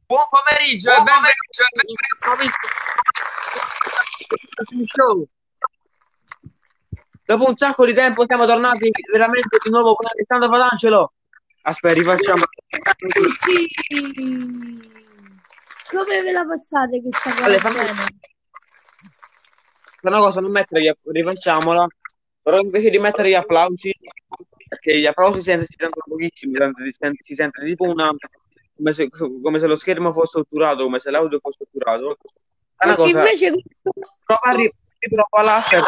Buon pomeriggio e benvenuti in nuovi show. Dopo un sacco di tempo siamo tornati veramente di nuovo con Alessandro Patangelo. Aspetta, rifacciamo. Amici, come ve la passate questa Ale, fammi quarantena? una cosa, non mettere rifacciamola. Però invece di mettere gli applausi, perché gli applausi si sentono pochissimi, si sente tipo come se lo schermo fosse otturato, come se l'audio fosse otturato. È una E cosa, invece prova a riprova là, aspetta,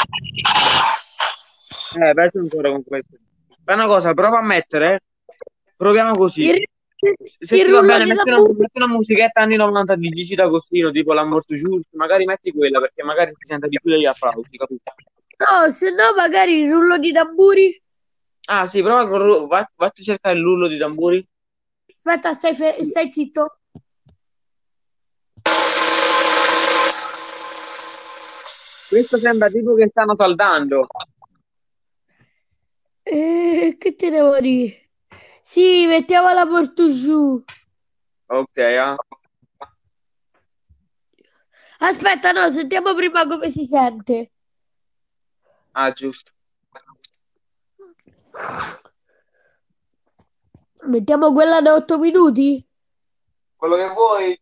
verso ancora con questo. Fai una cosa, prova a mettere, proviamo così. il, Se il ti va rullo bene, di tamburi, metti una musichetta anni 90 di Gigi D'Agostino, tipo la Mort Giusto, magari metti quella, perché magari si sente di più degli applausi, capito? no, se no magari il rullo di tamburi. Ah sì, prova vatti a cercare il rullo di tamburi. Aspetta, stai zitto. Questo sembra tipo che stanno saldando. Che te devo dire? Sì, mettiamo la porto giù. Ok, ah. Aspetta, no, sentiamo prima come si sente. Ah, giusto. Mettiamo quella da 8 minuti? Quello che vuoi?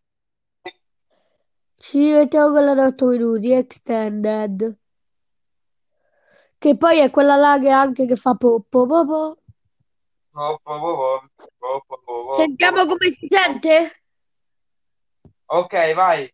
Sì, mettiamo quella da 8 minuti, extended. Che poi è quella là che anche che fa poppo poppo. Oh, oh, oh, oh, oh, oh, oh, Sentiamo come si oh. sente? Ok, vai.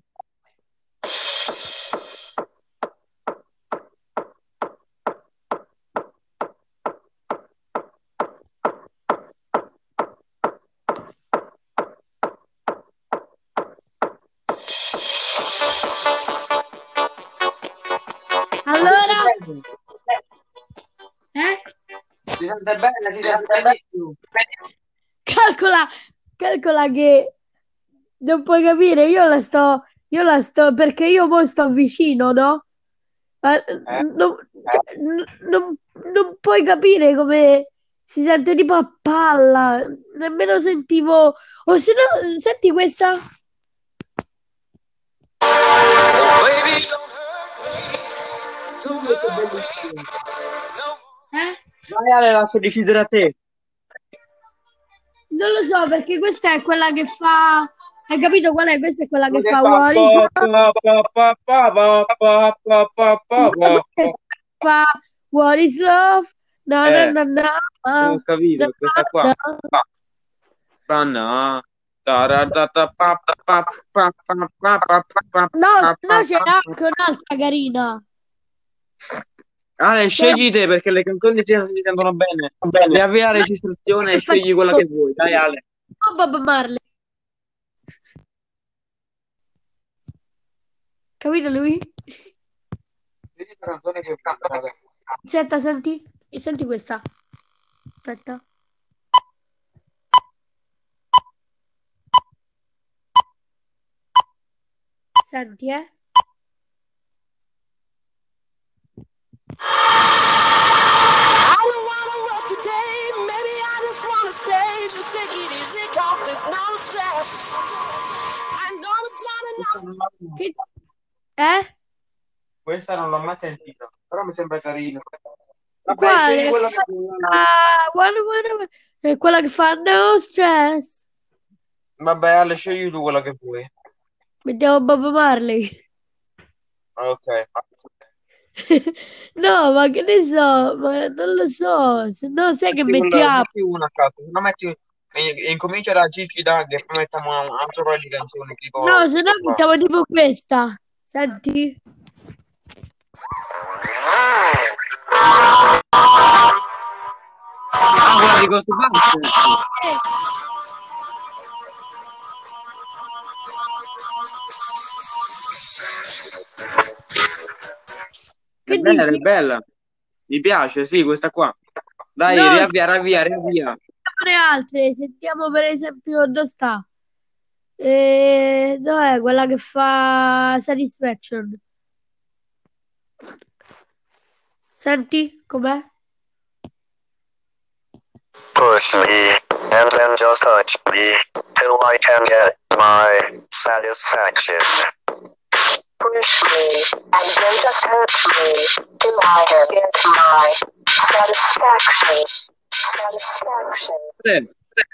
Si sente Allora, bene, eh? si sente benissimo. Calcola, calcola che non puoi capire, perché io mo sto vicino, no? Ma Eh? non puoi capire come si sente tipo a palla, nemmeno sentivo, o se no, senti questa? Si sente bellissimo. Eh? Vai Ale, lascio decidere a te. Non lo so, perché questa è quella che fa, hai capito qual è? Questa è quella Quello che che fa fa What is pa, love? pa, pa, pa, pa, pa, pa, pa, pa, pa, Questa pa, è pa. quella che fa What is love? No, no, Eh, no, no, ho no, capito, no, è questa qua. no. Panna. Taratata, pa, pa, pa, pa, pa, pa, pa, No, pa, se pa, no c'è pa. anche un'altra carina. Ale, Però scegli te perché le canzoni si sentono bene. bene. Riavvia la No, registrazione e scegli quella facciamo che vuoi. Dai, Ale. Bob Marley. Capito lui? Scegli la canzone che vuoi, Ale. Aspetta, senti. E senti questa. Aspetta. Senti, eh. I don't wanna work today, maybe I just wanna stay, just take it easy, cause there's no stress. I know it's not Questa enough. non l'ho Che... Eh? questa non l'ho mai sentita, però mi sembra carina. Vabbè, scegli Quale? quello che vuoi, Ale. È quella che fa no stress. Vabbè, Ale, scegli tu quella che vuoi. Mettiamo Bob Marley. Ok. No, ma che ne so, ma non lo so. Se no, sai che mettiamo? Metti una a caso, se no metti incomincia da Gigi Dag e poi mettiamo un altro paio di canzoni No, tipo se no questa qua. mettiamo tipo questa. Senti? Ah, quella di Ghostbusters. È Che bella, è dici? bella. Mi piace, sì, questa qua. Dai, No, riavvia, riavvia, riavvia. sentiamone altre. Sentiamo per esempio dove sta. Dov'è quella che fa Satisfaction? Senti com'è? and then just touch me till I can get my satisfaction. Push me and then just touch me till I can get my satisfaction. Satisfaction.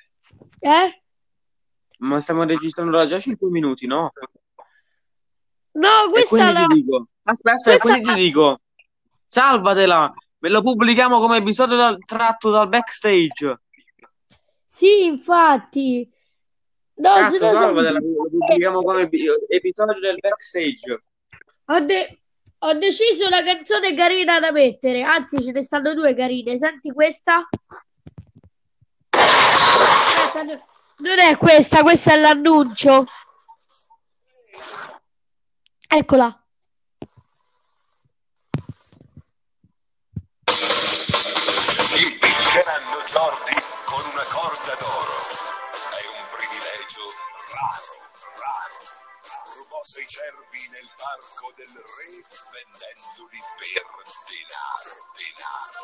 Ma stiamo registrando da già 5 minuti, no? No, E questa quindi la... ti dico, aspetta, quindi ti dico, salvatela, ve lo pubblichiamo come episodio tratto dal backstage. Sì, infatti. No, se Cazzo, no salvatela, lo pubblichiamo come episodio del backstage. Ho deciso una canzone carina da mettere, anzi ce ne stanno due carine. Senti questa. Aspetta, non è questa, questa è l'annuncio. Eccola. Impiccheranno Jordi con una corda d'oro. È un privilegio raro. Rubò 6 cervi nel parco del re vendendoli per denaro.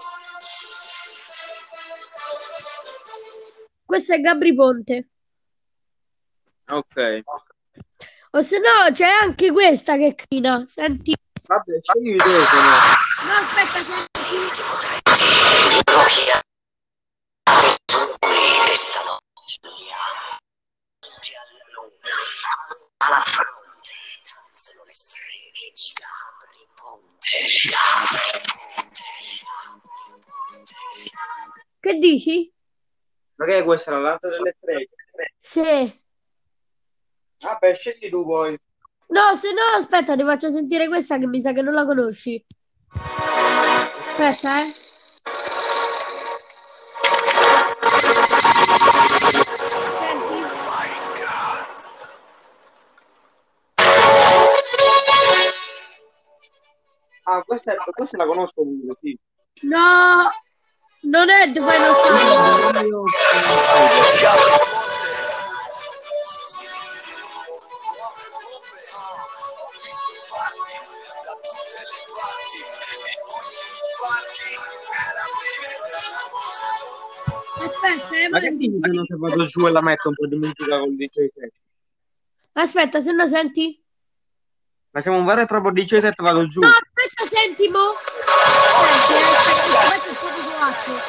Questo è Gabri Ponte. Ok. O se no c'è anche questa che è carina. Senti. Vabbè, scegli te, se no. No, aspetta, senti. Alla fronte danzano le streghe di Gabri Ponte. Che dici? Ma che è questa, la danza delle streghe? Sì. Vabbè, scegli tu poi. No, se no, aspetta, ti faccio sentire questa che mi sa che non la conosci. Aspetta, Senti. Ah, questa la conosco pure, sì. No, non è The Final Countdown. Aspetta, Ma che dici se non se vado giù e la metto un po' di musica con il DJ set? Aspetta, se no senti. Ma siamo un vero e proprio DJ set, vado giù. No, aspetta, senti, mo. Senti, aspetta, un po' di coatto.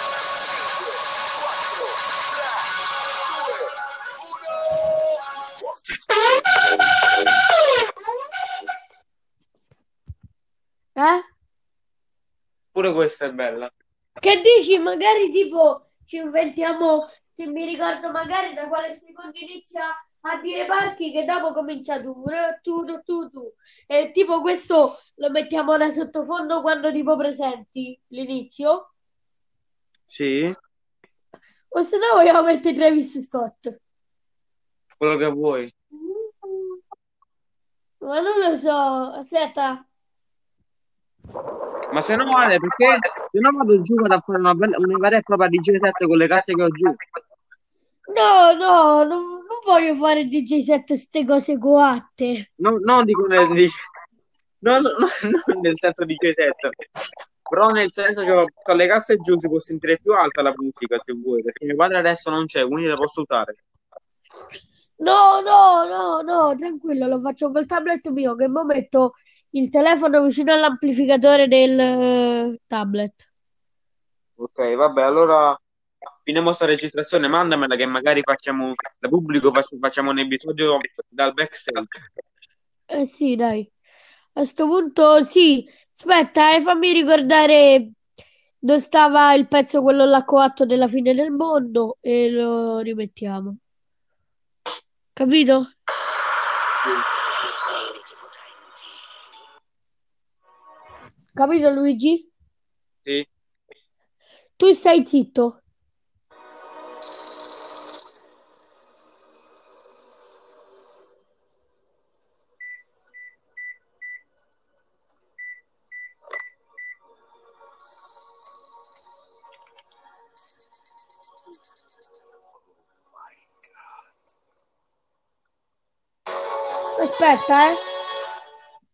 Pure questa è bella. Che dici? Magari tipo ci inventiamo, se mi ricordo magari da quale secondo inizia a dire Parchi che dopo comincia tu. E tipo questo lo mettiamo da sottofondo quando tipo presenti l'inizio. Sì, O se no vogliamo mettere Travis Scott. quello che vuoi. Ma non lo so, aspetta. Ma se no vale, perché se no vado giù, vado a fare una vera e propria DJ set con le casse che ho giù. No, non voglio fare DJ set ste cose coatte. Non dico non nel senso DJ set, però nel senso che con le casse giù si può sentire più alta la musica se vuoi, perché mio padre adesso non c'è, quindi la posso usare. No, tranquillo, lo faccio col tablet mio, che mo metto il telefono vicino all'amplificatore del tablet. Ok, vabbè, allora finiamo sta registrazione, mandamela che magari facciamo, da pubblico facciamo un episodio dal backstage. Sì, dai. A sto punto, sì. Aspetta, fammi ricordare dove stava il pezzo quello là coatto della fine del mondo e lo rimettiamo. Capito? Capito, Luigi? Sì. Tu stai zitto. Aspetta,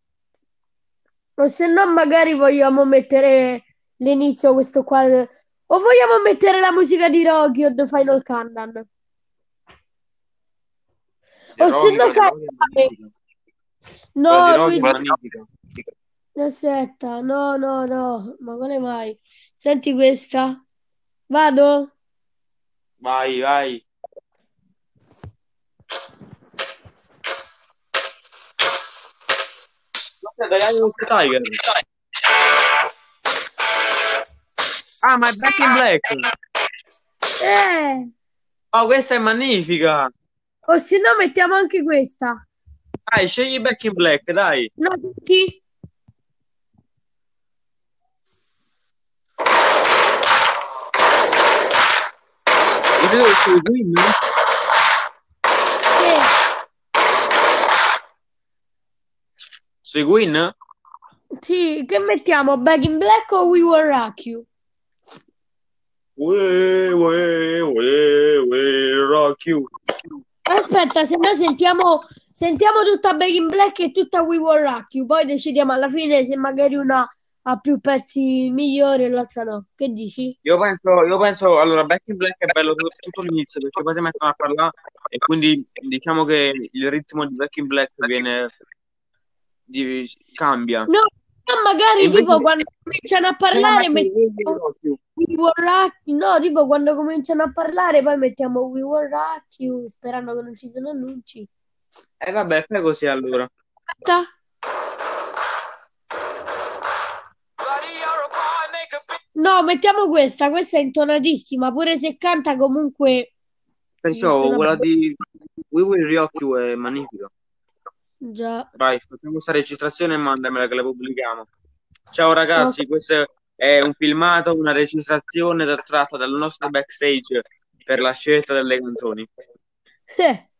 O se no, magari vogliamo mettere l'inizio, questo qua O vogliamo mettere la musica di Rocky o The Final Countdown? Di O se no, Rocky, di sai, Rocky è magnifica. Quella di no, Rocky è Luigi, magnifica. aspetta, no, no, no, ma quale mai? Senti questa. Vado? Vai, vai. Questa è dagli Eye of the Tiger. Ah, ma è Back in Black. Eh, Oh, questa è magnifica. o se no mettiamo anche questa. Dai, scegli Back in Black, dai. No, tutti? Io credo che sia Queen. Sui Queen? Sì, che mettiamo? Back in Black o We Will Rock You? Rock you. Aspetta, se no sentiamo tutta Back in Black e tutta We Will Rock You, poi decidiamo alla fine se magari una ha più pezzi migliori e l'altra no. Che dici? Io penso, allora, Back in Black è bello tutto l'inizio perché poi si mettono a parlare e quindi diciamo che il ritmo di Back in Black cambia. No, no, E magari invece tipo quando cominciano a se ne parlare mettono mettiamo Rock you. We Will Rock You. No, tipo quando cominciano a parlare poi mettiamo We Will Rock You, sperando che non ci siano annunci. E vabbè, fai così allora. Aspetta. No, mettiamo questa è intonatissima, pure se canta comunque Perciò una... quella di We Will Rock You è magnifica. Già. Vai, facciamo questa registrazione e mandamela che la pubblichiamo. Ciao Ok. ragazzi, questo è un filmato, una registrazione tratta dal nostro backstage per la scelta delle canzoni.